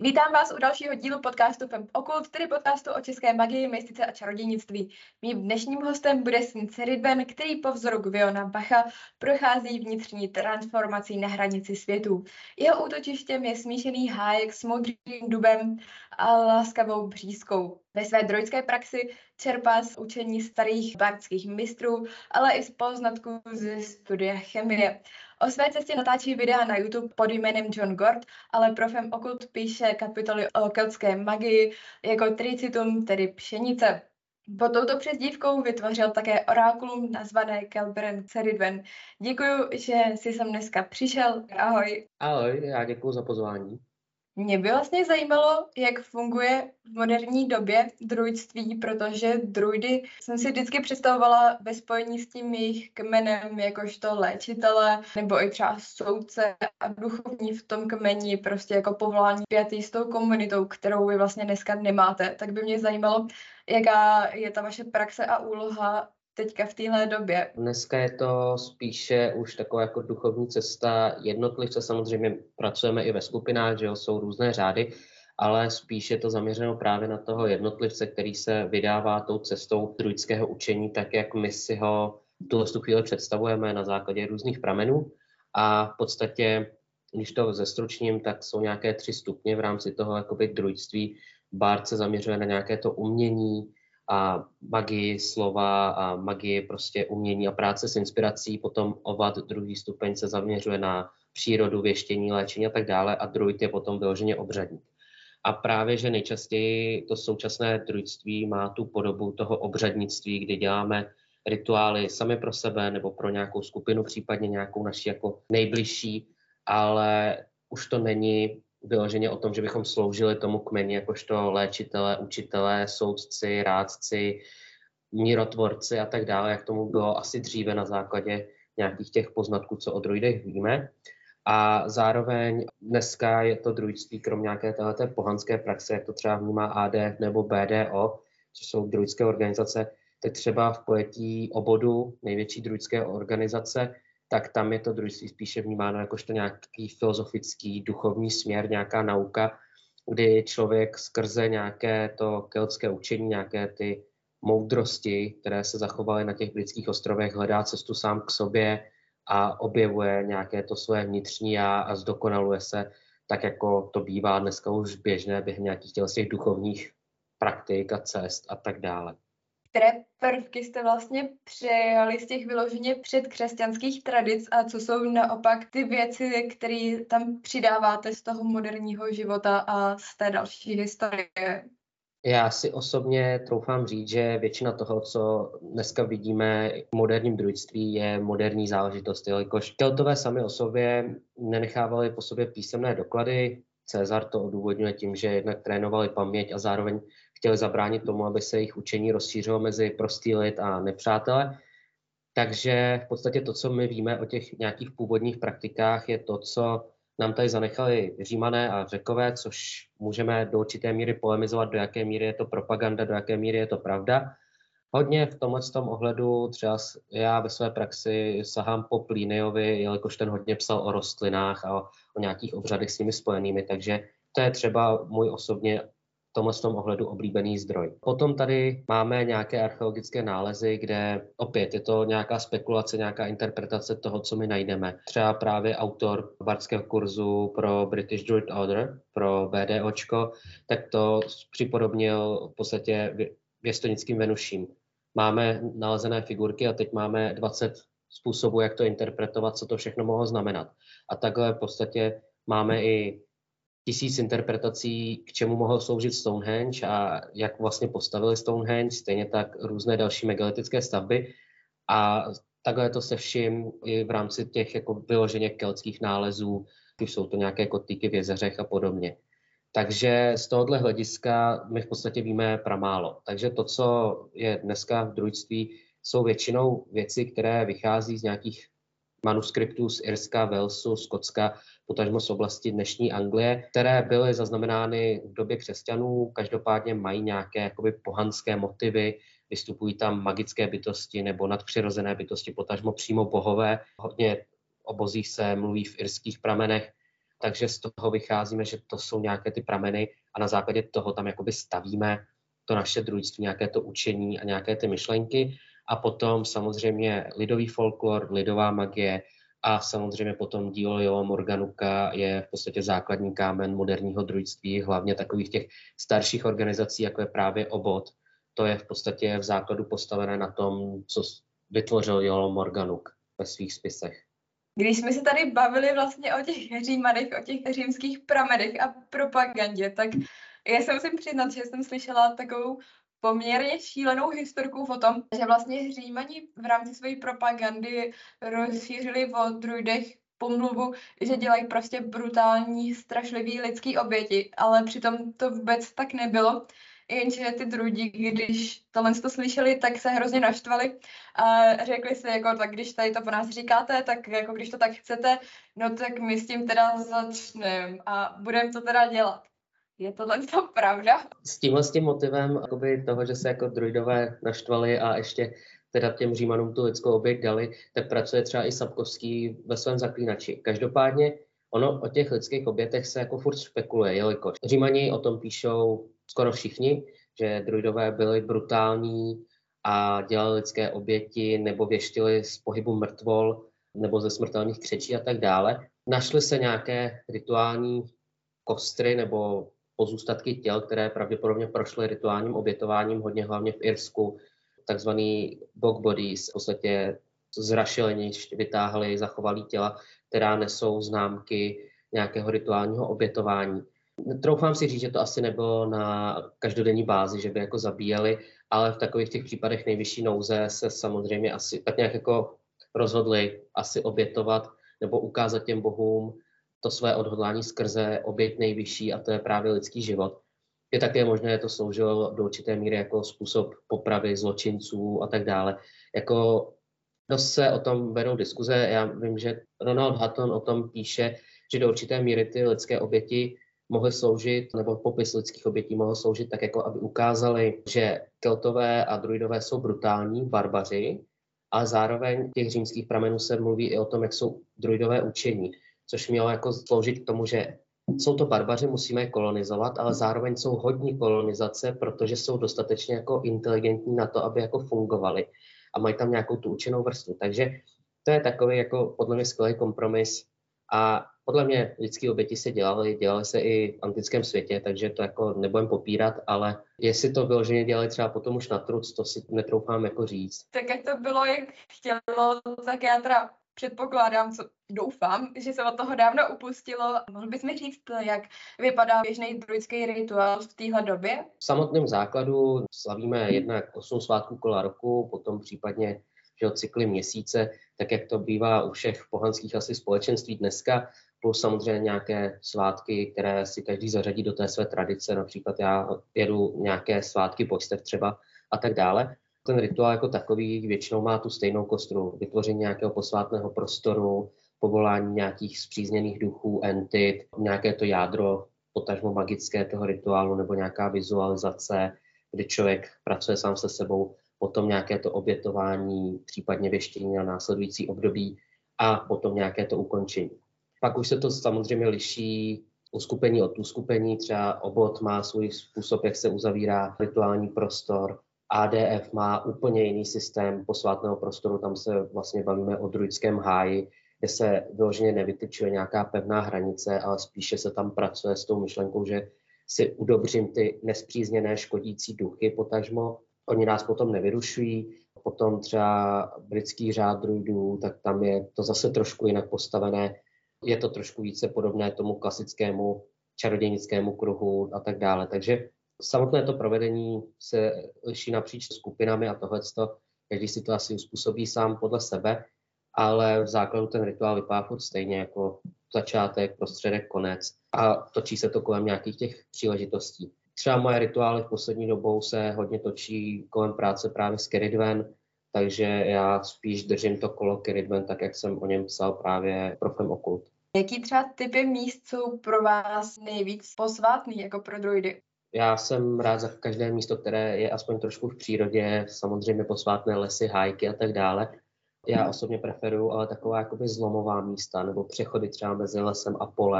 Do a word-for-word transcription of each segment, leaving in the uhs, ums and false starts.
Vítám vás u dalšího dílu podcastu Fem Okult, tedy podcastu o české magii, mystice a čarodějnictví. Mým dnešním hostem bude syn Ceridwen, který po vzoru Gwyona Bacha prochází vnitřní transformací na hranici světů. Jeho útočištěm je smíšený hájek s modrým dubem a laskavou břízkou. Ve své droidské praxi čerpá z učení starých bardských mistrů, ale i z poznatků ze studia chemie. O své cestě natáčí videa na YouTube pod jménem John Gord, ale pro Fem Okult píše kapitoly o keltské magii jako Tricitum, tedy pšenice. Pod touto přezdívkou vytvořil také orákulum nazvané Kelberen Ceridwen. Děkuji, že jsi sem dneska přišel. Ahoj. Ahoj, já děkuji za pozvání. Mě by vlastně zajímalo, jak funguje v moderní době druidství, protože druidy jsem si vždycky představovala ve spojení s tím jejich kmenem jakožto léčitele, nebo i třeba soudce a duchovní v tom kmeni, prostě jako povolání pjatý s tou komunitou, kterou vy vlastně dneska nemáte. Tak by mě zajímalo, jaká je ta vaše praxe a úloha teďka v téhle době. Dneska je to spíše už taková jako duchovní cesta jednotlivce. Samozřejmě pracujeme i ve skupinách, že jo, jsou různé řády, ale spíše je to zaměřeno právě na toho jednotlivce, který se vydává tou cestou druidského učení, tak jak my si ho v tuhle chvíli představujeme na základě různých pramenů. A v podstatě, když to zestručním, tak jsou nějaké tři stupně v rámci toho jakoby druidství. Bard se zaměřuje na nějaké to umění, a magii slova a magii prostě umění a práce s inspirací, potom ovad druhý stupeň se zaměřuje na přírodu, věštění, léčení a tak dále a druid je potom vyloženě obřadník. A právě, že nejčastěji to současné druidství má tu podobu toho obřadnictví, kdy děláme rituály sami pro sebe nebo pro nějakou skupinu, případně nějakou naši jako nejbližší, ale už to není vyloženě o tom, že bychom sloužili tomu kmeni jakožto léčitelé, učitelé, soudci, rádci, mírotvorci a tak dále, jak tomu bylo asi dříve na základě nějakých těch poznatků, co o druidech víme. A zároveň dneska je to druidství, krom nějaké téhleté pohanské praxe, jak to třeba vnímá A D F nebo B D O, což jsou druidské organizace, tak třeba v pojetí Obodu, největší druidské organizace, tak tam je to druidství spíše vnímáno jakožto nějaký filozofický, duchovní směr, nějaká nauka, kdy člověk skrze nějaké to keltské učení, nějaké ty moudrosti, které se zachovaly na těch britských ostrovech, hledá cestu sám k sobě a objevuje nějaké to své vnitřní já a zdokonaluje se, tak jako to bývá dneska už běžné během nějakých těch duchovních praktik a cest a tak dále. Které prvky jste vlastně přejali z těch vyloženě předkřesťanských tradic a co jsou naopak ty věci, které tam přidáváte z toho moderního života a z té další historie? Já si osobně troufám říct, že většina toho, co dneska vidíme v moderním druidství, je moderní záležitost, jelikož keltové sami o sobě nenechávali po sobě písemné doklady. Cezar to odůvodňuje tím, že jednak trénovali paměť a zároveň chtěli zabránit tomu, aby se jejich učení rozšířilo mezi prostý lid a nepřátele. Takže v podstatě to, co my víme o těch nějakých původních praktikách, je to, co nám tady zanechali Římané a Řekové, což můžeme do určité míry polemizovat, do jaké míry je to propaganda, do jaké míry je to pravda. Hodně v tomhle tom ohledu třeba já ve své praxi sahám po Plíniovi, jelikož ten hodně psal o rostlinách a o, o nějakých obřadech s nimi spojenými, takže to je třeba můj osobně v tomhle tom ohledu oblíbený zdroj. Potom tady máme nějaké archeologické nálezy, kde opět je to nějaká spekulace, nějaká interpretace toho, co my najdeme. Třeba právě autor bardského kurzu pro British Druid Order, pro BDOčko, tak to připodobnil v podstatě věstonickým venuším. Máme nalezené figurky a teď máme dvacet způsobů, jak to interpretovat, co to všechno mohlo znamenat. A takhle v podstatě máme i tisíc interpretací, k čemu mohl sloužit Stonehenge a jak vlastně postavili Stonehenge, stejně tak různé další megalitické stavby. A takhle to se vším i v rámci těch jako vyloženě keltských nálezů, když jsou to nějaké kotýky v jezeřech a podobně. Takže z tohohle hlediska my v podstatě víme pramálo. Takže to, co je dneska v druidství, jsou většinou věci, které vychází z nějakých manuskriptů z Irska, Walesu, Skotska, potažmo z oblasti dnešní Anglie, které byly zaznamenány v době křesťanů, každopádně mají nějaké jakoby pohanské motivy, vystupují tam magické bytosti nebo nadpřirozené bytosti, potažmo přímo bohové. Hodně o bozích se mluví v irských pramenech takže z toho vycházíme, že to jsou nějaké ty prameny a na základě toho tam jakoby stavíme to naše druidství, nějaké to učení a nějaké ty myšlenky. A potom samozřejmě lidový folklor, lidová magie a samozřejmě potom dílo Jola Morganuka je v podstatě základní kámen moderního druidství, hlavně takových těch starších organizací, jako je právě Obot. To je v podstatě v základu postavené na tom, co vytvořil Joel Morganuk ve svých spisech. Když jsme se tady bavili vlastně o těch Římanech, o těch římských pramenech a propagandě, tak já se musím přiznat, že jsem slyšela takovou poměrně šílenou historku o tom, že vlastně Římani v rámci své propagandy rozšířili o druidech pomluvu, že dělají prostě brutální, strašlivý lidský oběti, ale přitom to vůbec tak nebylo. Jenže ty druidi, když tohle to slyšeli, tak se hrozně naštvali a řekli si, jako, tak když tady to po nás říkáte, tak jako když to tak chcete, no tak my s tím teda začneme a budeme to teda dělat. Je tohle to pravda? S tímhle s tím motivem jakoby toho, že se jako druidové naštvali a ještě teda těm Římanům tu lidskou oběť dali, tak pracuje třeba i Sapkowski ve svém Zaklínači. Každopádně ono o těch lidských obětech se jako furt spekuluje, jelikož Římani o tom píšou skoro všichni, že druidové byli brutální a dělali lidské oběti nebo věštili z pohybu mrtvol nebo ze smrtelných křečí a tak dále. Našly se nějaké rituální kostry nebo pozůstatky těl, které pravděpodobně prošly rituálním obětováním, hodně hlavně v Irsku, takzvaný bog bodies, v podstatě z rašelinišť vytáhli zachovalý těla, která nesou známky nějakého rituálního obětování. Troufám si říct, že to asi nebylo na každodenní bázi, že by jako zabíjeli, ale v takových těch případech nejvyšší nouze se samozřejmě asi tak nějak jako rozhodli asi obětovat nebo ukázat těm bohům to své odhodlání skrze oběť nejvyšší, a to je právě lidský život. Je také možné, že to sloužilo do určité míry jako způsob popravy zločinců a tak dále. Jako dost se o tom vedou diskuze. Já vím, že Ronald Hutton o tom píše, že do určité míry ty lidské oběti mohly sloužit, nebo popis lidských obětí mohl sloužit tak, jako aby ukázali, že Keltové a druidové jsou brutální barbaři, ale zároveň v těch římských pramenů se mluví i o tom, jak jsou druidové učení, což mělo jako sloužit k tomu, že jsou to barbaři, musíme je kolonizovat, ale zároveň jsou hodní kolonizace, protože jsou dostatečně jako inteligentní na to, aby jako fungovali a mají tam nějakou tu učenou vrstvu. Takže to je takový jako podle mě skvělý kompromis a podle mě lidské oběti se dělaly, dělaly se i v antickém světě, takže to jako nebudem popírat, ale jestli to vyloženě dělali třeba potom už na truc, to si netroufám jako říct. Tak jak to bylo, jak chtělo, tak já teda předpokládám, co doufám, že se od toho dávno upustilo. Mohl bys mi říct, jak vypadá běžný druidský rituál v téhle době? V samotném základu slavíme jednak osm svátků kola roku, potom případně že cykly měsíce, tak jak to bývá u všech pohanských asi společenství dneska, plus samozřejmě nějaké svátky, které si každý zařadí do té své tradice, například já jedu nějaké svátky božstev třeba a tak dále. Ten rituál jako takový většinou má tu stejnou kostru, vytvoření nějakého posvátného prostoru, povolání nějakých spřízněných duchů, entit, nějaké to jádro, potažmo magické toho rituálu nebo nějaká vizualizace, kdy člověk pracuje sám se sebou, potom nějaké to obětování, případně věštění na následující období a potom nějaké to ukončení. Pak už se to samozřejmě liší uskupení od uskupení, třeba Obot má svůj způsob, jak se uzavírá rituální prostor, A D F má úplně jiný systém posvátného prostoru, tam se vlastně bavíme o druidském háji, kde se vyloženě nevytyčuje nějaká pevná hranice, ale spíše se tam pracuje s tou myšlenkou, že si udobřím ty nespřízněné škodící duchy potažmo. Oni nás potom nevyrušují. Potom třeba britský řád druidů, tak tam je to zase trošku jinak postavené. Je to trošku více podobné tomu klasickému čarodějnickému kruhu a tak dále. Takže samotné to provedení se liší napříč skupinami a tohleto, každý si to asi uspůsobí sám podle sebe, ale v základu ten rituál vypadá furt stejně jako začátek, prostředek, konec a točí se to kolem nějakých těch příležitostí. Třeba moje rituály v poslední dobou se hodně točí kolem práce právě s Ceridwen, takže já spíš držím to kolo Ceridwen, tak jak jsem o něm psal právě pro Fem Okult. Jaký třeba typy míst jsou pro vás nejvíc posvátný jako pro druidy? Já jsem rád za každé místo, které je aspoň trošku v přírodě, samozřejmě posvátné lesy, hájky a tak dále. Já osobně preferuju ale taková jakoby zlomová místa nebo přechody třeba mezi lesem a polem,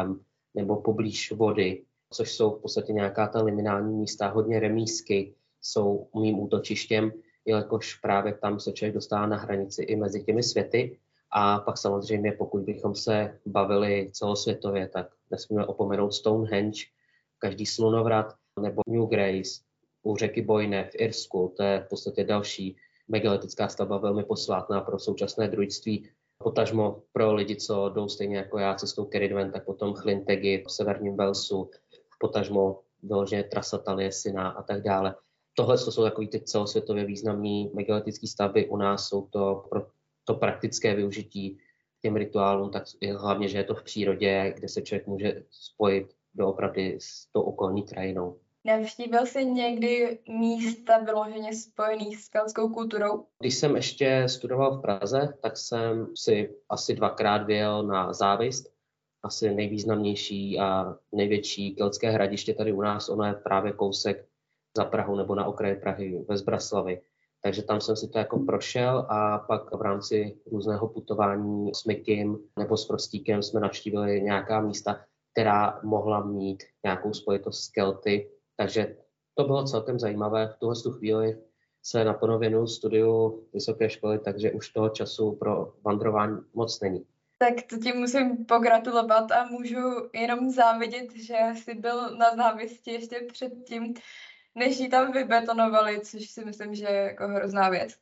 nebo poblíž vody, což jsou v podstatě nějaká ta liminální místa, hodně remízky jsou mým útočištěm, jelikož právě tam se člověk dostává na hranici i mezi těmi světy. A pak samozřejmě, pokud bychom se bavili celosvětově, tak nesmíme opomenout Stonehenge, každý slunovrat, nebo New Grace u řeky Boyne v Irsku, to je v podstatě další megalitická stavba, velmi posvátná pro současné druidství, potažmo pro lidi, co jdou stejně jako já cestou Cerridwen, tak potom Llyn-Tegid v severním Walesu, potažmo vyloženě trasa Taliesin a tak dále. Tohle to jsou takový ty celosvětově významný megalitické stavby. U nás jsou to pro to praktické využití těm rituálům, tak hlavně, že je to v přírodě, kde se člověk může spojit doopravdy s tou okolní krajinou. Navštívil jsi někdy místa vyloženě spojených s keltskou kulturou? Když jsem ještě studoval v Praze, tak jsem si asi dvakrát vyjel na Závist, asi nejvýznamnější a největší keltské hradiště tady u nás. Ono je právě kousek za Prahou nebo na okraji Prahy ve Zbraslavi. Takže tam jsem si to jako prošel a pak v rámci různého putování s Mikim nebo s Prostíkem jsme navštívili nějaká místa, která mohla mít nějakou spojitost s Kelty. Takže to bylo celkem zajímavé. V tuhle chvíli se naplno věnuju studiu vysoké školy, takže už toho času pro vandrování moc není. Tak to ti musím pogratulovat a můžu jenom závidět, že jsi byl na Závisti ještě předtím, než ji tam vybetonovali, což si myslím, že je jako hrozná věc.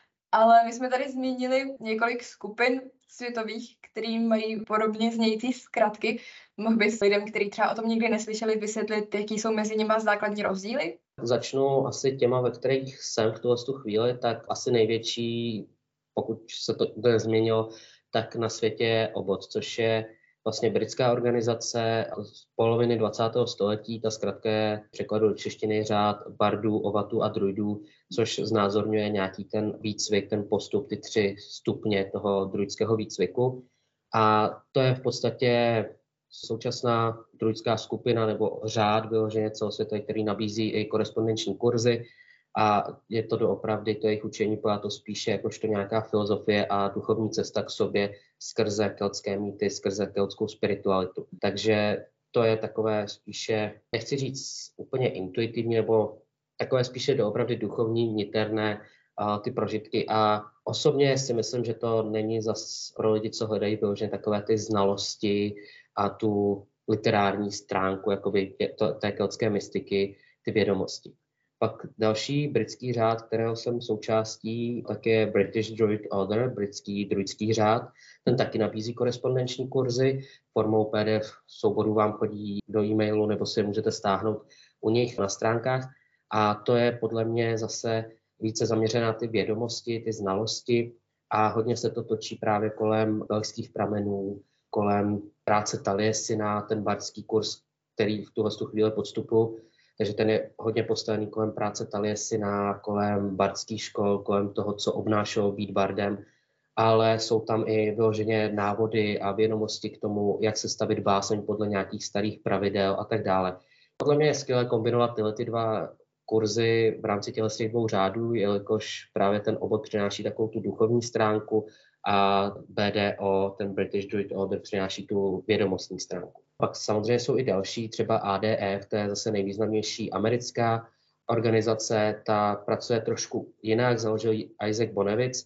Ale my jsme tady zmínili několik skupin světových, který mají podobně znějící zkratky. Mohl bys lidem, kteří třeba o tom nikdy neslyšeli, vysvětlit, jaký jsou mezi nimi základní rozdíly? Začnu asi těma, ve kterých jsem v tuhle chvíli, tak asi největší, pokud se to nezměnilo, tak na světě je O B O T, což je vlastně britská organizace z poloviny dvacátého století. Ta zkratka je v překladu do češtiny řád bardů, ovatů a druidů, což znázorňuje nějaký ten výcvik, ten postup, ty tři stupně toho druidského výcviku. A to je v podstatě současná druidská skupina nebo řád vyloženě celosvětový, který nabízí i korespondenční kurzy. A je to doopravdy, to jejich učení pojato spíše jakožto nějaká filozofie a duchovní cesta k sobě skrze keltské mýty, skrze keltskou spiritualitu. Takže to je takové spíše, nechci říct úplně intuitivní, nebo takové spíše doopravdy duchovní, niterné uh, ty prožitky. A osobně si myslím, že to není zas pro lidi, co hledají vyloženě takové ty znalosti a tu literární stránku jakoby to, té keltské mystiky, ty vědomosti. Pak další britský řád, kterého jsem součástí, tak je British Druid Order, britský druidský řád. Ten taky nabízí korespondenční kurzy. Formou P D F souborů vám chodí do e-mailu nebo si je můžete stáhnout u nich na stránkách. A to je podle mě zase více zaměřené na ty vědomosti, ty znalosti a hodně se to točí právě kolem velšských pramenů, kolem práce Taliesina, ten bardský kurz, který v tuhle chvíli podstupuji. Takže ten je hodně postavený kolem práce Taliesina, kolem bardských škol, kolem toho, co obnášelo být bardem, ale jsou tam i vyloženě návody a vědomosti k tomu, jak se stavit báseň podle nějakých starých pravidel a tak dále. Podle mě je skvělé kombinovat tyhle ty dva kurzy v rámci těch dvou řádů, jelikož právě ten O B O T přináší takovou tu duchovní stránku a B D O, ten British Druid Order, přináší tu vědomostní stránku. Pak samozřejmě jsou i další, třeba A D F, to je zase nejvýznamnější americká organizace, ta pracuje trošku jinak, založil Isaac Bonewitz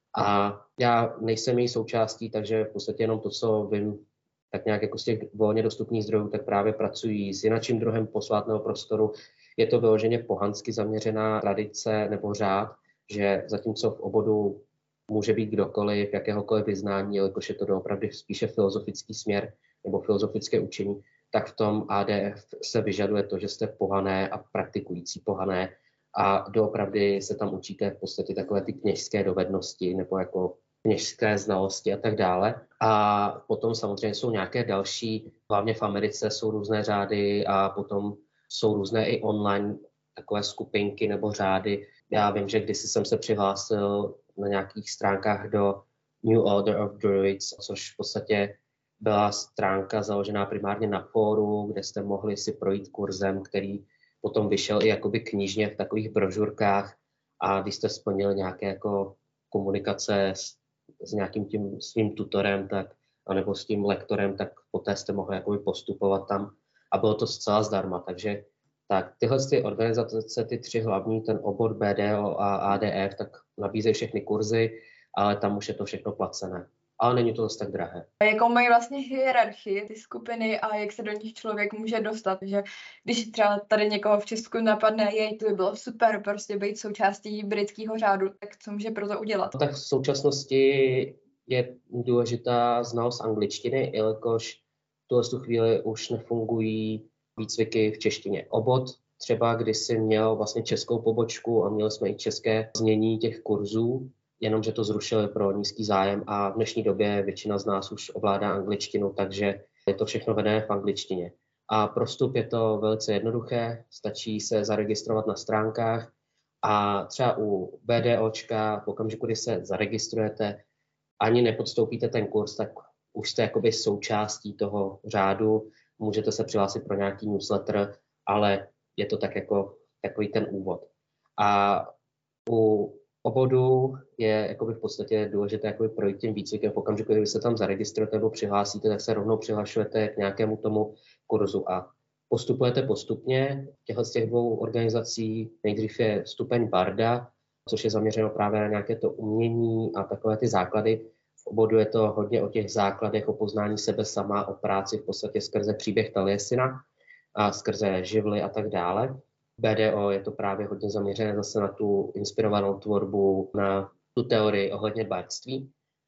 a já nejsem její součástí, takže v podstatě jenom to, co vím, tak nějak jako z těch volně dostupných zdrojů, tak právě pracují s jinačím druhem posvátného prostoru. Je to vyloženě pohansky zaměřená tradice nebo řád, že zatímco v obodu může být kdokoliv, jakéhokoliv vyznání, jelikož je to doopravdy spíše filozofický směr nebo filozofické učení, tak v tom A D F se vyžaduje to, že jste pohané a praktikující pohané a doopravdy se tam učíte v podstatě takové ty kněžské dovednosti nebo jako kněžské znalosti a tak dále. A potom samozřejmě jsou nějaké další, hlavně v Americe jsou různé řády a potom jsou různé i online takové skupinky nebo řády. Já vím, že kdysi jsem se přihlásil na nějakých stránkách do New Order of Druids, což v podstatě byla stránka založená primárně na fóru, kde jste mohli si projít kurzem, který potom vyšel i jakoby knižně v takových brožurkách a když jste splnili nějaké jako komunikace s, s nějakým tím svým tutorem, tak anebo s tím lektorem, tak poté jste mohli jakoby postupovat tam a bylo to zcela zdarma. Takže tak tyhle ty organizace, ty tři hlavní, ten obor B D O a A D F, tak nabízejí všechny kurzy, ale tam už je to všechno placené. Ale není to zase tak drahé. A jakou mají vlastně hierarchii ty skupiny a jak se do nich člověk může dostat? Že když třeba tady někoho v Česku napadne, jej, to by bylo super prostě být součástí britského řádu, tak co může pro to udělat? No, tak v současnosti je důležitá znalost angličtiny, jelikož v tuhle chvíli už nefungují výcviky v češtině. Obot třeba kdysi měl vlastně českou pobočku a měli jsme i české znění těch kurzů, jenomže to zrušili pro nízký zájem a v dnešní době většina z nás už ovládá angličtinu, takže je to všechno vedené v angličtině. A pro vstup je to velice jednoduché, stačí se zaregistrovat na stránkách a třeba u BDOčka v okamžiku, kdy se zaregistrujete, ani nepodstoupíte ten kurz, tak už jste jakoby součástí toho řádu, můžete se přihlásit pro nějaký newsletter, ale je to tak jako takový ten úvod. A u obodu je jakoby v podstatě důležité jakoby projít tím výcvikem v okamžiku, kdy se tam zaregistrujete nebo přihlásíte, tak se rovnou přihlašujete k nějakému tomu kurzu a postupujete postupně. Těchto z těch dvou organizací nejdřív je stupeň Barda, což je zaměřeno právě na nějaké to umění a takové ty základy. V obodu je to hodně o těch základech, o poznání sebe sama, o práci v podstatě skrze příběh Taliesin a skrze živly a tak dále. B D O je to právě hodně zaměřené zase na tu inspirovanou tvorbu, na tu teorii ohledně barďství.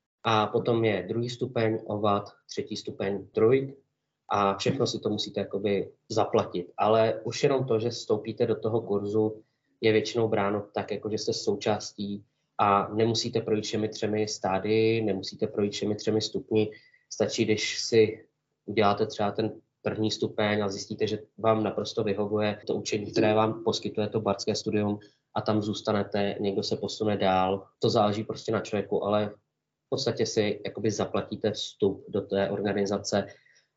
A potom je druhý stupeň Ovad, třetí stupeň Druid a všechno si to musíte jakoby zaplatit. Ale už jenom to, že vstoupíte do toho kurzu, je většinou bráno tak, jako že jste součástí a nemusíte projít všemi třemi stádii, nemusíte projít všemi třemi stupni. Stačí, když si uděláte třeba ten první stupeň a zjistíte, že vám naprosto vyhovuje to učení, které vám poskytuje to bardské studium a tam zůstanete, někdo se posune dál. To záleží prostě na člověku, ale v podstatě si jakoby zaplatíte vstup do té organizace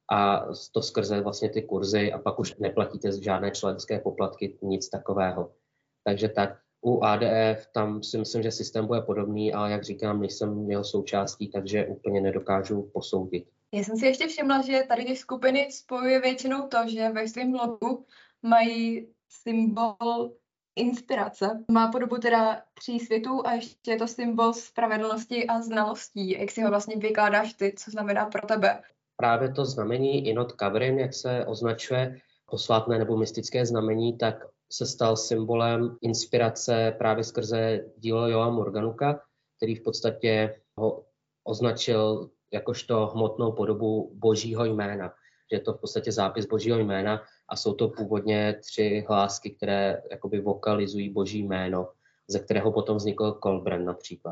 a to skrze vlastně ty kurzy a pak už neplatíte žádné členské poplatky, nic takového. Takže tak u A D F tam si myslím, že systém bude podobný, ale jak říkám, nejsem jeho součástí, takže úplně nedokážu posoudit. Já jsem si ještě všimla, že tady ty skupiny spojuje většinou to, že ve svém logu mají symbol inspirace. Má podobu teda tří světů a ještě je to symbol spravedlnosti a znalostí. Jak si ho vlastně vykládáš ty, co znamená pro tebe? Právě to znamení Inot Kavrin, jak se označuje posvátné nebo mystické znamení, tak se stal symbolem inspirace právě skrze dílo Joa Morganuka, který v podstatě ho označil jakožto hmotnou podobu božího jména. Že je to v podstatě zápis božího jména a jsou to původně tři hlásky, které jakoby vokalizují boží jméno, ze kterého potom vznikl Kolbren například.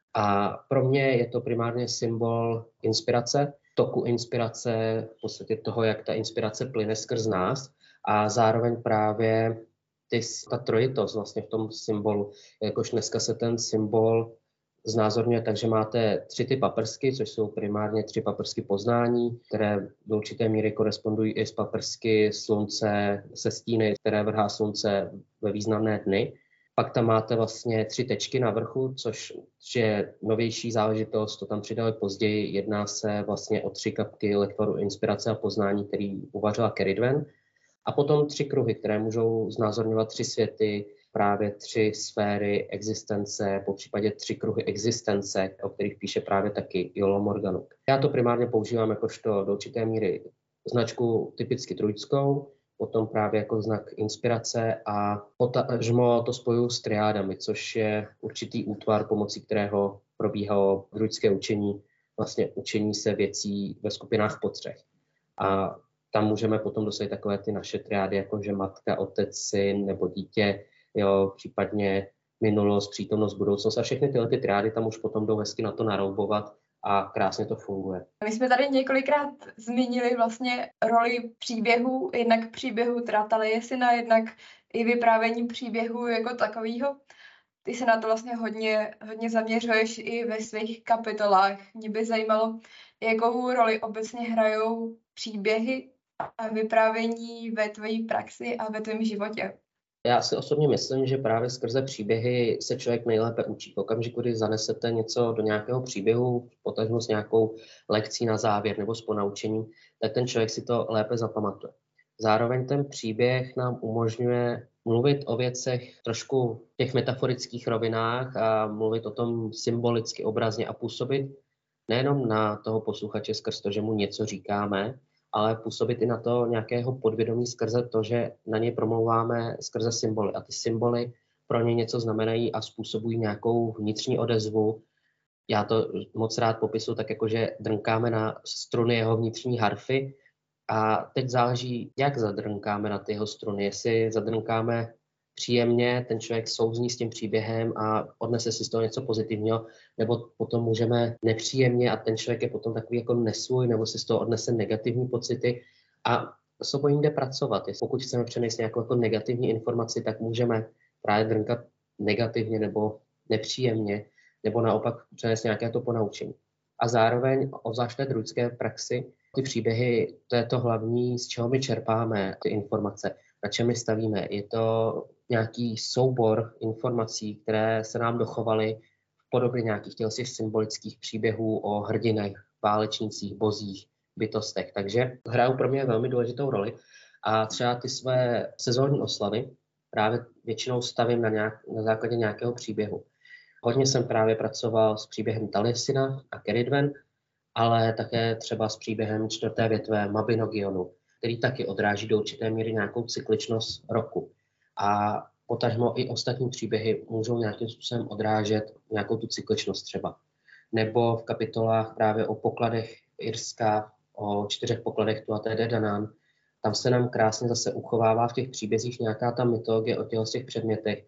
A pro mě je to primárně symbol inspirace, toku inspirace, v podstatě toho, jak ta inspirace plyne skrz nás a zároveň právě ty, ta trojitost vlastně v tom symbolu, jakož dneska se ten symbol znázorňuje, takže máte tři ty paprsky, což jsou primárně tři paprsky poznání, které do určité míry korespondují i s paprsky slunce se stíny, které vrhá slunce ve významné dny. Pak tam máte vlastně tři tečky na vrchu, což je novější záležitost, to tam přidali později. Jedná se vlastně o tři kapky lektoru inspirace a poznání, který uvařila Keridwen. A potom tři kruhy, které můžou znázorňovat tři světy, právě tři sféry existence, po případě tři kruhy existence, o kterých píše právě taky Jolo Morganuk. Já to primárně používám jakožto do určité míry značku typicky druidskou, potom právě jako znak inspirace a potažmo to spojuju s triádami, což je určitý útvar, pomocí kterého probíhalo druidské učení, vlastně učení se věcí ve skupinách po třech. A tam můžeme potom dosáhnout takové ty naše triády, jako že matka, otec, syn nebo dítě, jo, případně minulost, přítomnost, budoucnost a všechny tyhle ty triády tam už potom jdou hezky na to naroubovat a krásně to funguje. My jsme tady několikrát zmínili vlastně roli příběhů, jednak příběhu teda Taliesina, jednak i vyprávění příběhu jako takového. Ty se na to vlastně hodně, hodně zaměřuješ i ve svých kapitolách. Mě by zajímalo, jakou roli obecně hrajou příběhy a vyprávění ve tvojí praxi a ve tvém životě. Já si osobně myslím, že právě skrze příběhy se člověk nejlépe učí. V okamžiku, kdy zanesete něco do nějakého příběhu, potažmo s nějakou lekcí na závěr nebo s ponaučením, tak ten člověk si to lépe zapamatuje. Zároveň ten příběh nám umožňuje mluvit o věcech trošku v těch metaforických rovinách a mluvit o tom symbolicky, obrazně a působit nejenom na toho posluchače skrz to, že mu něco říkáme, ale působit i na to nějakého podvědomí skrze to, že na ně promlouváme skrze symboly. A ty symboly pro ně něco znamenají a způsobují nějakou vnitřní odezvu. Já to moc rád popisuju tak, jako že drnkáme na struny jeho vnitřní harfy a teď záleží, jak zadrnkáme na ty jeho struny. Jestli zadrnkáme příjemně, ten člověk souzní s tím příběhem a odnese si z toho něco pozitivního, nebo potom můžeme nepříjemně a ten člověk je potom takový jako nesvůj, nebo si z toho odnese negativní pocity a s obojí jde pracovat. Pokud chceme přenést nějakou jako negativní informaci, tak můžeme právě drnkat negativně nebo nepříjemně, nebo naopak přenést nějaké to ponaučení. A zároveň, obzvlášť té druidské praxi, ty příběhy, to je to hlavní, z čeho my čerpáme ty informace, na čem my stavíme. Je to nějaký soubor informací, které se nám dochovaly v podobě nějakých těch symbolických příběhů o hrdinech, válečnících, bozích, bytostech. Takže hrajou pro mě velmi důležitou roli a třeba ty své sezónní oslavy právě většinou stavím na, nějak, na základě nějakého příběhu. Hodně jsem právě pracoval s příběhem Taliesin a Ceridwen, ale také třeba s příběhem čtvrté větve Mabinogionu, který taky odráží do určité míry nějakou cykličnost roku. A potažmo i ostatní příběhy můžou nějakým způsobem odrážet nějakou tu cykličnost třeba. Nebo v kapitolách právě o pokladech Irska, o čtyřech pokladech Tuatha Dé Danann, tam se nám krásně zase uchovává v těch příbězích nějaká ta mytologie o těch, těch předmětech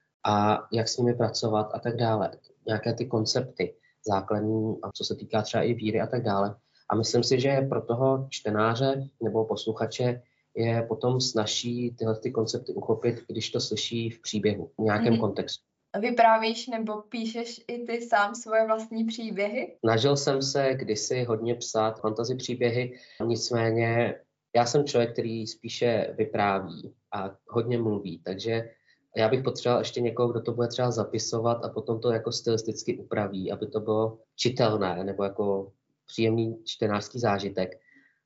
a jak s nimi pracovat a tak dále. Nějaké ty koncepty základní, a co se týká třeba i víry a tak dále. A myslím si, že pro toho čtenáře nebo posluchače je potom snazší tyhle ty koncepty uchopit, když to slyší v příběhu, v nějakém mm-hmm. kontextu. Vyprávíš nebo píšeš i ty sám svoje vlastní příběhy? Snažil jsem se kdysi hodně psát fantasy příběhy, nicméně já jsem člověk, který spíše vypráví a hodně mluví, takže já bych potřeboval ještě někoho, kdo to bude třeba zapisovat a potom to jako stylisticky upraví, aby to bylo čitelné nebo jako příjemný čtenářský zážitek.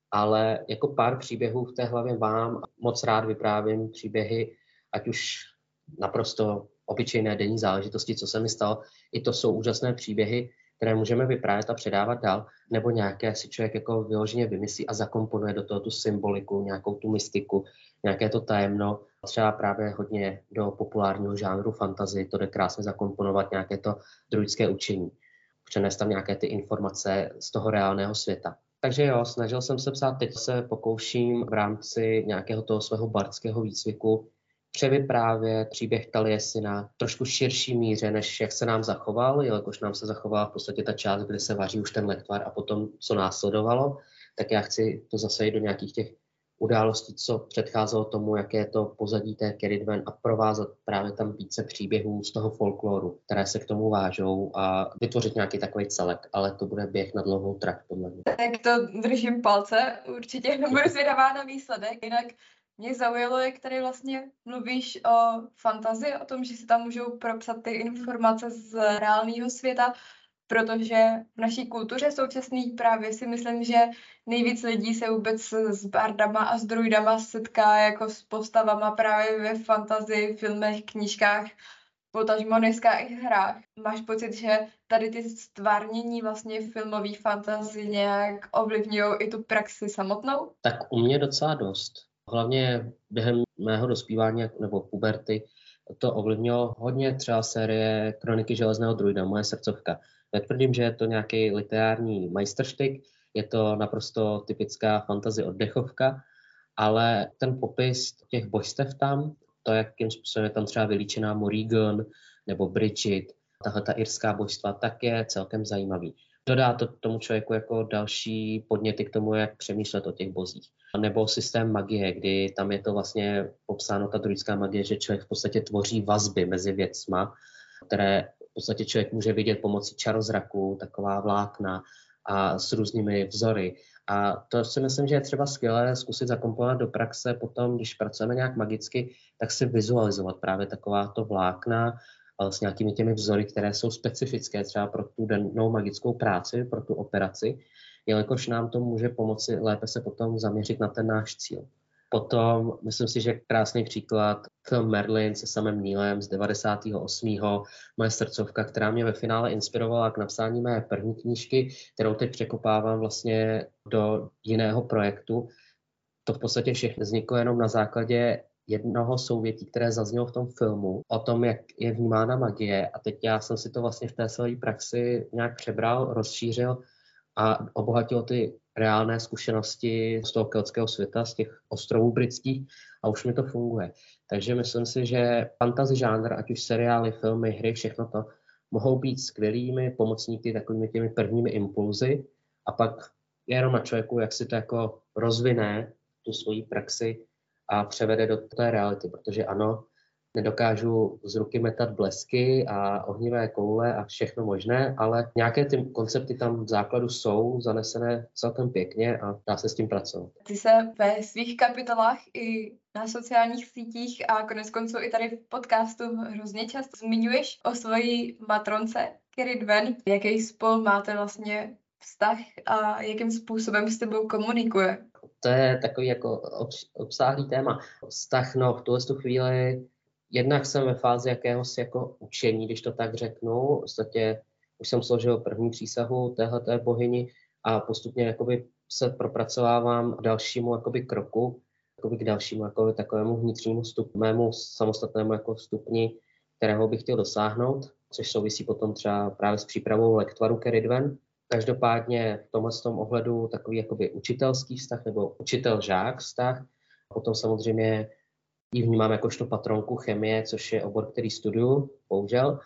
Ale jako pár příběhů v té hlavě mám, moc rád vyprávím příběhy, ať už naprosto obyčejné denní záležitosti, co se mi stalo. I to jsou úžasné příběhy, které můžeme vyprávět a předávat dál, nebo nějaké si člověk jako vyloženě vymyslí a zakomponuje do toho tu symboliku, nějakou tu mystiku, nějaké to tajemno. Třeba právě hodně do populárního žánru fantasy, to jde krásně zakomponovat nějaké to druidské učení. Přenést tam nějaké ty informace z toho reálného světa. Takže jo, snažil jsem se psát, teď se pokouším v rámci nějakého toho svého bardského výcviku převyprávět příběh Taliesina trošku širší míře, než jak se nám zachoval, jelikož nám se zachovala v podstatě ta část, kdy se vaří už ten lektvar a potom, co následovalo, tak já chci to zase jít do nějakých těch událostí, co předcházelo tomu, jaké je to pozadí té Ceridwen a provázat právě tam více příběhů z toho folkloru, které se k tomu vážou a vytvořit nějaký takový celek, ale to bude běh na dlouhou trať podle mě. Tak to držím palce, určitě budu zvědavá na výsledek, jinak mě zaujalo, jak tady vlastně mluvíš o fantazii, o tom, že se tam můžou propsat ty informace z reálného světa, protože v naší kultuře současný právě si myslím, že nejvíc lidí se vůbec s bardama a s druidama setká jako s postavama právě ve fantazii, filmech, knížkách, potažmo dneska i hrách. Máš pocit, že tady ty stvárnění vlastně filmový fantasy nějak ovlivňují i tu praxi samotnou? Tak u mě docela dost. Hlavně během mého dospívání nebo puberty to ovlivnilo hodně třeba série Kroniky železného druida, moje srdcovka. Netvrdím, že je to nějaký literární majstrštyk, je to naprosto typická fantasy oddechovka, ale ten popis těch božstev tam, to, jakým způsobem je tam třeba vylíčená Morrigan nebo Bridget, tahle ta irská božstva, tak je celkem zajímavý. Dodá to tomu člověku jako další podněty k tomu, jak přemýšlet o těch bozích. Nebo systém magie, kdy tam je to vlastně popsáno, ta druidská magie, že člověk v podstatě tvoří vazby mezi věcma, které v podstatě člověk může vidět pomocí čarozraku, taková vlákna a s různými vzory. A to si myslím, že je třeba skvěle zkusit zakomponovat do praxe potom, když pracujeme nějak magicky, tak si vizualizovat právě takováto vlákna s nějakými těmi vzory, které jsou specifické třeba pro tu danou magickou práci, pro tu operaci, jelikož nám to může pomoci lépe se potom zaměřit na ten náš cíl. Potom, myslím si, že krásný příklad film Merlin se samým Neilem z devadesátého osmého Moje srdcovka, která mě ve finále inspirovala k napsání mé první knížky, kterou teď překopávám vlastně do jiného projektu. To v podstatě všechno vzniklo jenom na základě jednoho souvětí, které zaznělo v tom filmu, o tom, jak je vnímána magie. A teď já jsem si to vlastně v té své praxi nějak přebral, rozšířil a obohatil ty reálné zkušenosti z toho keltského světa, z těch ostrovů britských a už mi to funguje. Takže myslím si, že fantasy žánr, ať už seriály, filmy, hry, všechno to, mohou být skvělými pomocníky takovými těmi prvními impulzy a pak je jenom na člověku, jak si to jako rozvine, tu svoji praxi a převede do té reality, protože ano, nedokážu z ruky metat blesky a ohnivé koule a všechno možné, ale nějaké ty koncepty tam v základu jsou zanesené celkem pěkně a dá se s tím pracovat. Ty se ve svých kapitolách i na sociálních sítích a konec konců i tady v podcastu hrozně často zmiňuješ o svojí matronce Kerry Dwen. Jaký spolu máte vlastně vztah a jakým způsobem s tebou komunikuje? To je takový jako obsáhlý téma. Vztah, no v tuhle chvíli jednak jsem ve fázi jakéhosi jako učení, když to tak řeknu. V podstatě už jsem složil první přísahu téhleté bohyni a postupně jakoby se propracovávám k dalšímu jakoby kroku, jakoby k dalšímu jakoby takovému vnitřnímu stupni, mému samostatnému jako stupni, kterého bych chtěl dosáhnout, což souvisí potom třeba právě s přípravou lektvaru Kerry Dwen. Každopádně v tomhle tom ohledu takový jakoby učitelský vztah nebo učitel-žák vztah. Potom samozřejmě ji vnímám jakožto patronku chemie, což je obor, který studuju, bohužel.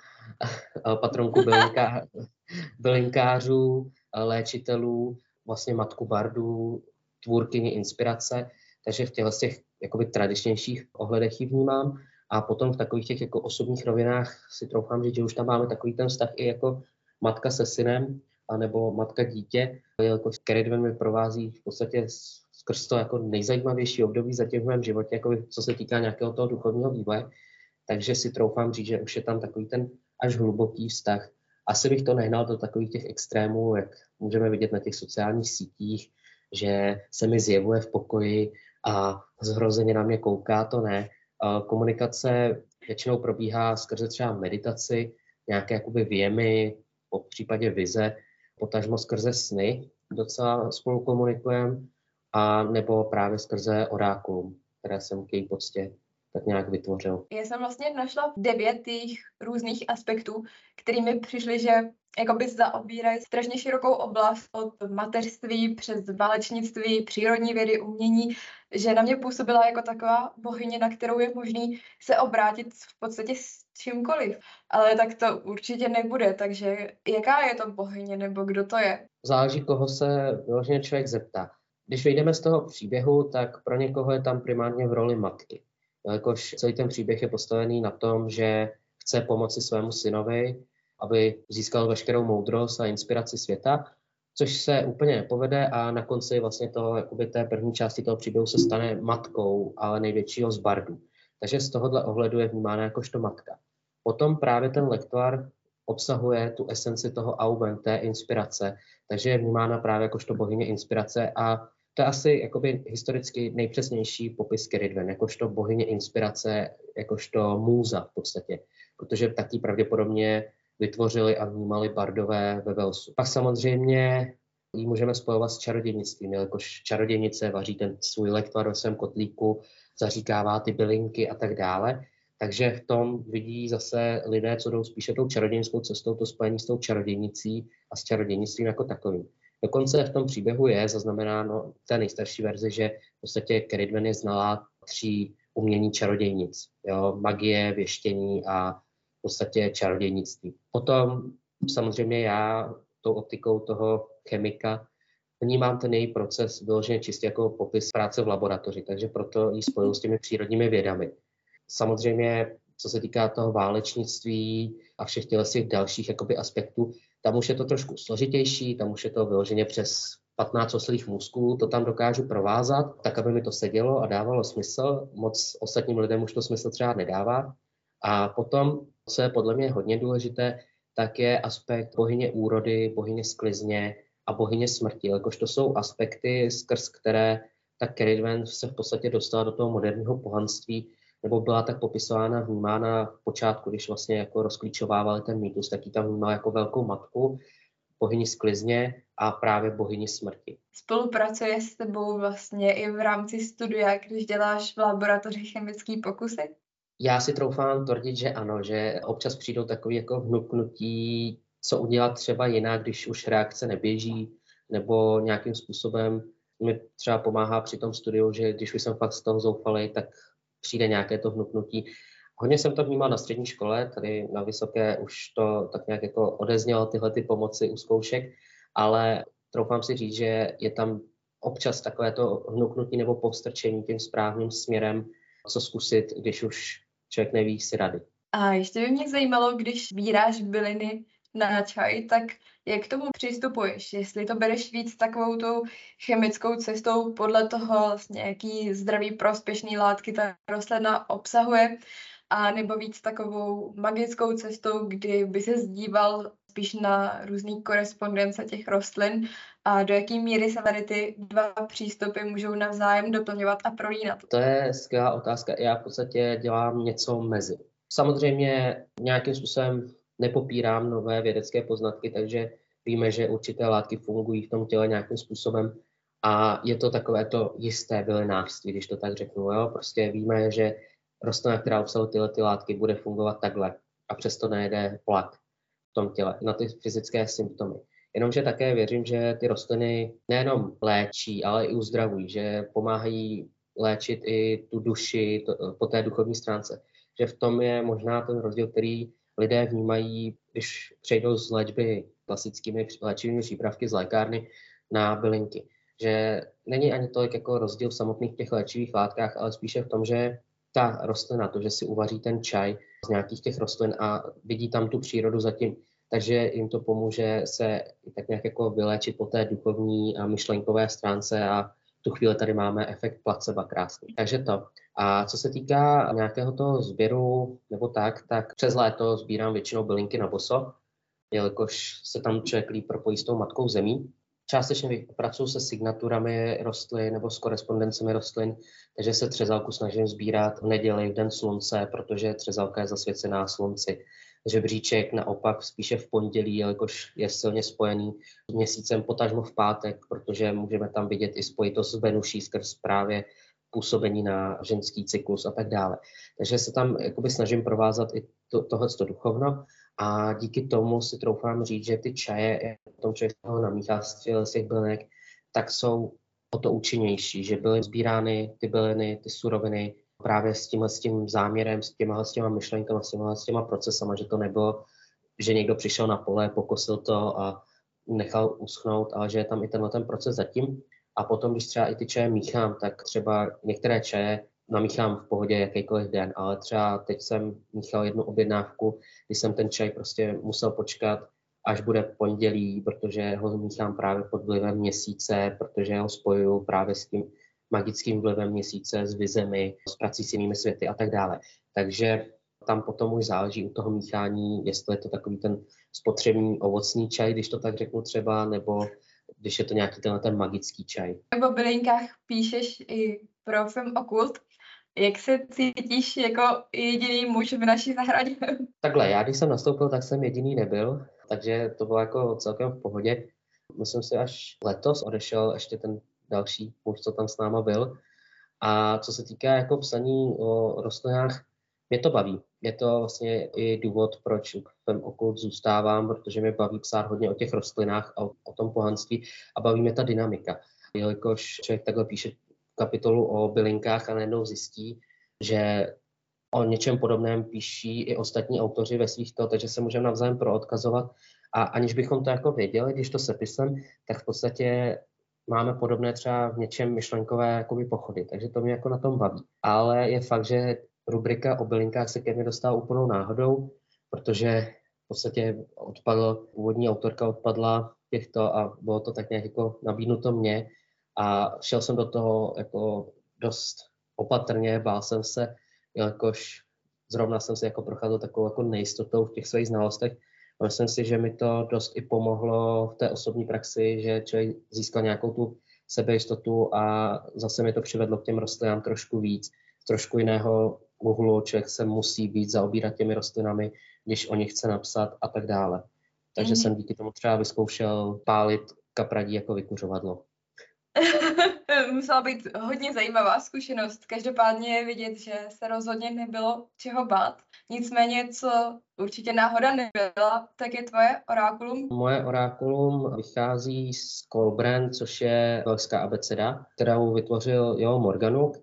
Patronku bylinka, bylinkářů, léčitelů, vlastně matku bardů, tvůrkyni inspirace. Takže v těchto těch jakoby tradičnějších ohledech ji vnímám. A potom v takových těch jako osobních rovinách si troufám říct, že už tam máme takový ten vztah i jako matka se synem, anebo matka dítě, jelikož Kerry Dwen mi provází v podstatě skrz to jako nejzajímavější období zatím v mém životě, jako co se týká nějakého toho duchovního vývoje. Takže si troufám říct, že už je tam takový ten až hluboký vztah. Asi bych to nehnal do takových těch extrémů, jak můžeme vidět na těch sociálních sítích, že se mi zjevuje v pokoji a zhrozeně na mě kouká, to ne. Komunikace většinou probíhá skrze třeba meditaci, nějaké jakoby věmy, po případě vize, potažmo skrze sny docela spolu komunikujeme, a nebo právě skrze orákulum, které jsem k její poctě tak nějak vytvořil. Já jsem vlastně našla devět těch různých aspektů, kterými přišly, že jakoby zaobírají strašně širokou oblast od mateřství přes válečnictví, přírodní vědy, umění, že na mě působila jako taková bohyně, na kterou je možný se obrátit v podstatě s čímkoliv. Ale tak to určitě nebude, takže jaká je to bohyně nebo kdo to je? Záleží, koho se vyloženě člověk zeptá. Když vyjdeme z toho příběhu, tak pro někoho je tam primárně v roli matky. Jakož celý ten příběh je postavený na tom, že chce pomoci svému synovi, aby získal veškerou moudrost a inspiraci světa, což se úplně nepovede a na konci vlastně toho, jakoby té první části toho příběhu se stane matkou, ale největšího z bardů. Takže z tohohle ohledu je vnímána jakožto matka. Potom právě ten lektvar obsahuje tu esenci toho auben, té inspirace, takže je vnímána právě jakožto bohyně inspirace a to je asi jakoby historicky nejpřesnější popis Kerry Dwen, jakožto bohyně inspirace, jakožto můza v podstatě, protože taky pravděpodobně vytvořili a vnímali bardové ve Walesu. Pak samozřejmě ji můžeme spojovat s čarodějnictvím, jelikož čarodějnice vaří ten svůj lektvar ve svém kotlíku, zaříkává ty bylinky a tak dále. Takže v tom vidí zase lidé, co jdou spíše tou čarodějnickou cestou, to spojení s tou čarodějnicí a s čarodějnictvím jako takovým. Dokonce v tom příběhu je zaznamenáno v té nejstarší verzi, že v podstatě Kerry Dwen je znalá tří umění čarodějnic. Jo? Magie, věštění a v podstatě čarodějnictví. Potom samozřejmě já tou optikou toho chemika vnímám ten její proces vyloženě čistě jako popis práce v laboratoři, takže proto ji spojuji s těmi přírodními vědami. Samozřejmě, co se týká toho válečnictví a všech těch dalších jakoby aspektů, tam už je to trošku složitější, tam už je to vyloženě přes patnáct oslích můzků, to tam dokážu provázat, tak aby mi to sedělo a dávalo smysl. Moc ostatním lidem už to smysl třeba nedává. A potom, co je podle mě hodně důležité, tak je aspekt bohyně úrody, bohyně sklizně a bohyně smrti, jakož to jsou aspekty, skrz které tak Ceridwen se v podstatě dostala do toho moderního pohanství, nebo byla tak popisována, vnímána v počátku, když vlastně jako rozklíčovávali ten mýtus, tak ji tam vnímal jako velkou matku, bohyni sklizně a právě bohyni smrti. Spolupracuje s tebou vlastně i v rámci studia, když děláš v laboratoři chemické pokusy? Já si troufám tvrdit, že ano, že občas přijdou takové jako vnuknutí, co udělat třeba jinak, když už reakce neběží, nebo nějakým způsobem mi třeba pomáhá při tom studiu, že když už jsem fakt z toho zoufalý, tak přijde nějaké to vnuknutí. Hodně jsem to vnímal na střední škole, tady na vysoké už to tak nějak jako odeznělo tyhle ty pomoci u zkoušek, ale troufám si říct, že je tam občas takové to vnuknutí nebo povstrčení tím správným směrem, co zkusit, když už člověk neví si rady. A ještě by mě zajímalo, když sbíráš byliny na čaj, tak jak k tomu přistupuješ? Jestli to bereš víc takovou tou chemickou cestou podle toho, vlastně, jaký zdravý prospěšný látky ta rostlina obsahuje, a nebo víc takovou magickou cestou, kdy by se zdíval spíš na různý korespondence těch rostlin a do jaký míry se tady ty dva přístupy můžou navzájem doplňovat a prolínat? To je skvělá otázka. Já v podstatě dělám něco mezi. Samozřejmě nějakým způsobem nepopírám nové vědecké poznatky, takže víme, že určité látky fungují v tom těle nějakým způsobem a je to takové to jisté bylinářství, když to tak řeknu. Jo? Prostě víme, že rostlina, která obsahuje tyhle ty látky, bude fungovat takhle a přesto nejede vlak v tom těle na ty fyzické symptomy. Jenomže také věřím, že ty rostliny nejenom léčí, ale i uzdravují, že pomáhají léčit i tu duši to, po té duchovní stránce. Že v tom je možná ten rozdíl, který lidé vnímají, když přejdou z léčby klasickými léčivými přípravky z lékárny na bylinky. Že není ani tolik jako rozdíl v samotných těch léčivých látkách, ale spíše v tom, že ta rostlina, to, že si uvaří ten čaj z nějakých těch rostlin a vidí tam tu přírodu zatím, takže jim to pomůže se tak nějak jako vyléčit po té duchovní a myšlenkové stránce a v tu chvíli tady máme efekt placebo krásný. Takže to. A co se týká nějakého toho sběru nebo tak, tak přes léto sbírám většinou bylinky na boso, jelikož se tam člověk líp propojí s tou matkou zemí. Částečně pracuji se signaturami rostlin nebo s korespondencemi rostlin, takže se třezalku snažím sbírat v neděli, v den slunce, protože třezalka je zasvěcená slunci. Žebříček naopak spíše v pondělí, jelikož je silně spojený s měsícem, potažmo v pátek, protože můžeme tam vidět i spojitost s Venuší skrz právě působení na ženský cyklus a tak dále. Takže se tam jakoby snažím provázat i to, tohleto duchovno a díky tomu si troufám říct, že ty čaje, o tom člověk toho namíchá z těch bylinek, tak jsou o to účinnější, že byly sbírány ty byliny, ty suroviny právě s tímhle s tím záměrem, s těma, s těma myšlenkama, s těma, s těma procesama, že to nebylo, že někdo přišel na pole, pokosil to a nechal uschnout, ale že je tam i tenhle ten proces zatím. A potom, když třeba i ty čaje míchám, tak třeba některé čaje namíchám v pohodě jakýkoliv den, ale třeba teď jsem míchal jednu objednávku, kdy jsem ten čaj prostě musel počkat, až bude pondělí, protože ho míchám právě pod vlivem měsíce, protože ho spojuju právě s tím magickým vlivem měsíce, s vizemi, s prací s jinými světy a tak dále. Takže tam potom už záleží u toho míchání, jestli je to takový ten spotřební ovocný čaj, když to tak řeknu třeba, nebo když je to nějaký ten, ten magický čaj. O bylinkách píšeš i pro film Okult. Jak se cítíš jako jediný muž v naší zahradě? Takhle, já když jsem nastoupil, tak jsem jediný nebyl, takže to bylo jako celkem v pohodě. Myslím si, až letos odešel ještě ten další muž, co tam s náma byl. A co se týká jako psaní o rostlinách, mě to baví. Je to vlastně i důvod, proč v film Okult zůstávám, protože mě baví psát hodně o těch rostlinách a o, o tom pohanství a baví mě ta dynamika. Jelikož člověk takhle píše kapitolu o bylinkách a najednou zjistí, že o něčem podobném píší i ostatní autoři ve svých to, takže se můžeme navzájem proodkazovat a aniž bychom to jako věděli, když to sepisem, tak v podstatě máme podobné třeba v něčem myšlenkové jakoby pochody, takže to mě jako na tom baví. Ale je fakt, že rubrika o bylinkách se ke mně dostala úplnou náhodou, protože v podstatě odpadl, původní autorka odpadla těchto a bylo to tak nějak jako nabídnuto mně a šel jsem do toho jako dost opatrně, bál jsem se, jelikož zrovna jsem si jako procházel takovou jako nejistotou v těch svých znalostech. A myslím si, že mi to dost i pomohlo v té osobní praxi, že člověk získal nějakou tu sebejistotu a zase mi to přivedlo k těm rostlinám trošku víc, z trošku jiného úhlu, člověk se musí víc zaobírat těmi rostlinami, když o nich chce napsat a tak dále. Takže mm-hmm. jsem díky tomu třeba vyzkoušel pálit kapradí jako vykuřovadlo. Musela být hodně zajímavá zkušenost. Každopádně je vidět, že se rozhodně nebylo čeho bát. Nicméně, co určitě náhoda nebyla, tak je tvoje orákulum. Moje orákulum vychází z Kolbrand, což je velská abeceda, kterou vytvořil Jo Morganwg.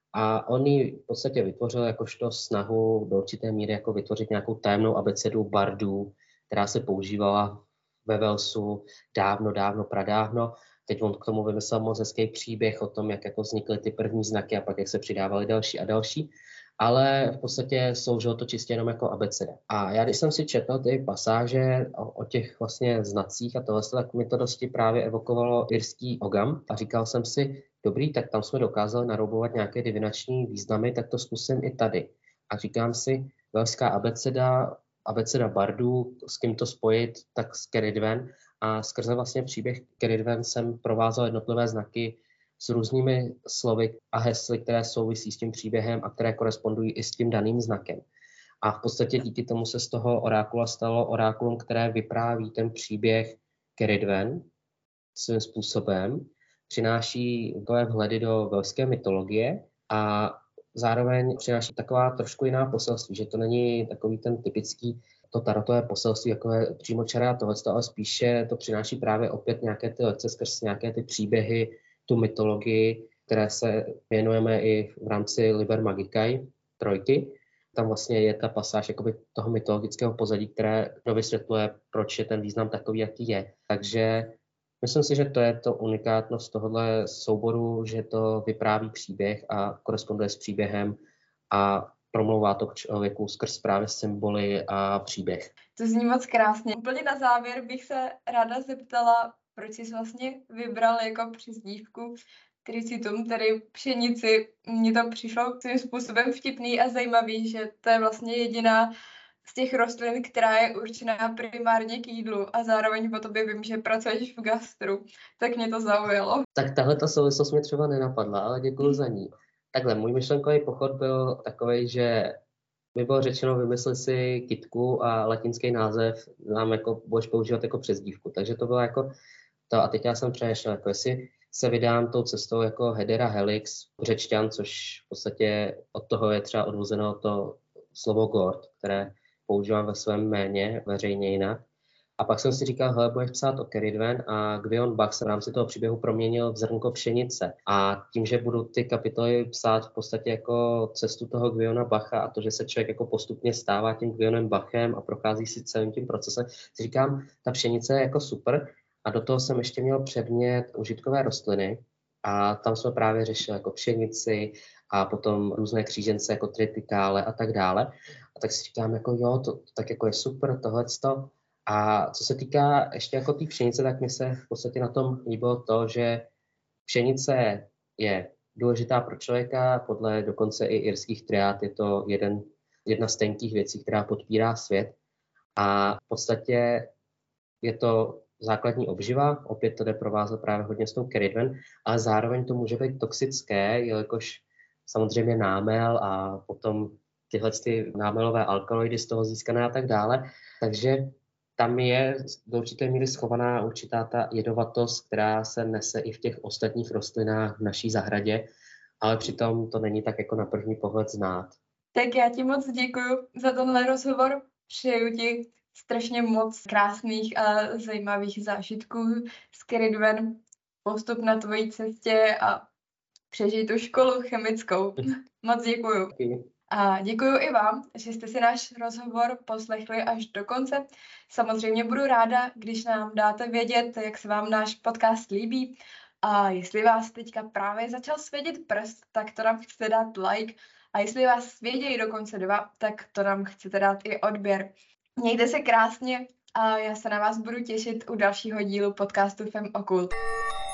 A on ji v podstatě vytvořil jakožto snahu do určité míry jako vytvořit nějakou tajemnou abecedu bardů, která se používala ve Walesu dávno, dávno, pradávno. Teď on k tomu vymyslel moc hezký příběh o tom, jak jako vznikly ty první znaky a pak jak se přidávaly další a další. Ale v podstatě sloužilo to čistě jenom jako abeceda. A já když jsem si četl ty pasáže o, o těch vlastně znacích a tohle, tak mi to dosti právě evokovalo irský ogam a říkal jsem si, dobrý, tak tam jsme dokázali naroubovat nějaké divinační významy, tak to zkusím i tady. A říkám si, velská abeceda, abeceda bardů, s kým to spojit, tak s Ceridwen. A skrze vlastně příběh Ceridwen jsem provázal jednotlivé znaky s různými slovy a hesly, které souvisí s tím příběhem a které korespondují i s tím daným znakem. A v podstatě díky tomu se z toho orákula stalo orákulum, které vypráví ten příběh Ceridwen svým způsobem, přináší takové vhledy do velské mytologie a zároveň přináší taková trošku jiná poselství, že to není takový ten typický to tarotové poselství, jako je přímočaré a tohleto, ale spíše to přináší právě opět nějaké ty lekce skrz nějaké ty příběhy, tu mytologii, které se věnujeme i v rámci Liber Magicae trojky. Tam vlastně je ta pasáž jakoby toho mytologického pozadí, které dovysvětluje, proč je ten význam takový, jaký je. Takže myslím si, že to je to unikátnost tohohle souboru, že to vypráví příběh a koresponduje s příběhem a promlouvá to k člověku skrz právě symboly a příběh. To zní moc krásně. Úplně na závěr bych se ráda zeptala, proč jsi vlastně vybral jako přezdívku Tricitum, tedy pšenici. Mně to přišlo svým způsobem vtipný a zajímavý, že to je vlastně jediná z těch rostlin, která je určená primárně k jídlu a zároveň po tobě vím, že pracuješ v gastru, tak mě to zaujalo. Tak tahle ta souvislost mi třeba nenapadla, ale děkuji za ní. Takhle, můj myšlenkový pochod byl takovej, že mi bylo řečeno, vymysli si kytku a latinský název nám jako budeš používat jako přezdívku. Takže to bylo jako to. A teď já jsem přemýšlel, jako jestli se vydám tou cestou jako Hedera Helix, řečťan, což v podstatě od toho je třeba odvozeno to slovo Gord, které používám ve svém jméně veřejně jinak. A pak jsem si říkal, hele, budeš psát o Ceridwen a Gwion Bach se v rámci toho příběhu proměnil v zrnko pšenice. A tím, že budu ty kapitoly psát v podstatě jako cestu toho Gwiona Bacha a to, že se člověk jako postupně stává tím Gwionem Bachem a prochází si celým tím procesem, si říkám, ta pšenice je jako super. A do toho jsem ještě měl předmět užitkové rostliny a tam jsme právě řešili jako pšenici a potom různé křížence jako tritikále a tak dále. A tak si říkám, jako jo, to, to tak jako je super, tohleto. A co se týká ještě jako té pšenice, tak mi se v podstatě na tom líbilo to, že pšenice je důležitá pro člověka, podle dokonce i irských triád je to jeden, jedna z tenkých věcí, která podpírá svět. A v podstatě je to základní obživa, opět to jde provázat právě hodně s tou Ceridwen, ale zároveň to může být toxické, jelikož samozřejmě námel a potom tyhle ty námelové alkaloidy z toho získané a tak dále. Takže tam je do určité míry schovaná určitá ta jedovatost, která se nese i v těch ostatních rostlinách v naší zahradě, ale přitom to není tak jako na první pohled znát. Tak já ti moc děkuji za tenhle rozhovor. Přeju ti strašně moc krásných a zajímavých zážitků s Ceridwen, postup na tvojí cestě a přežij tu školu chemickou. Moc děkuju. A děkuji i vám, že jste si náš rozhovor poslechli až do konce. Samozřejmě budu ráda, když nám dáte vědět, jak se vám náš podcast líbí. A jestli vás teďka právě začal svědět prst, tak to nám chcete dát like. A jestli vás svědějí dokonce dva, tak to nám chcete dát i odběr. Mějte se krásně a já se na vás budu těšit u dalšího dílu podcastu Fem Okult.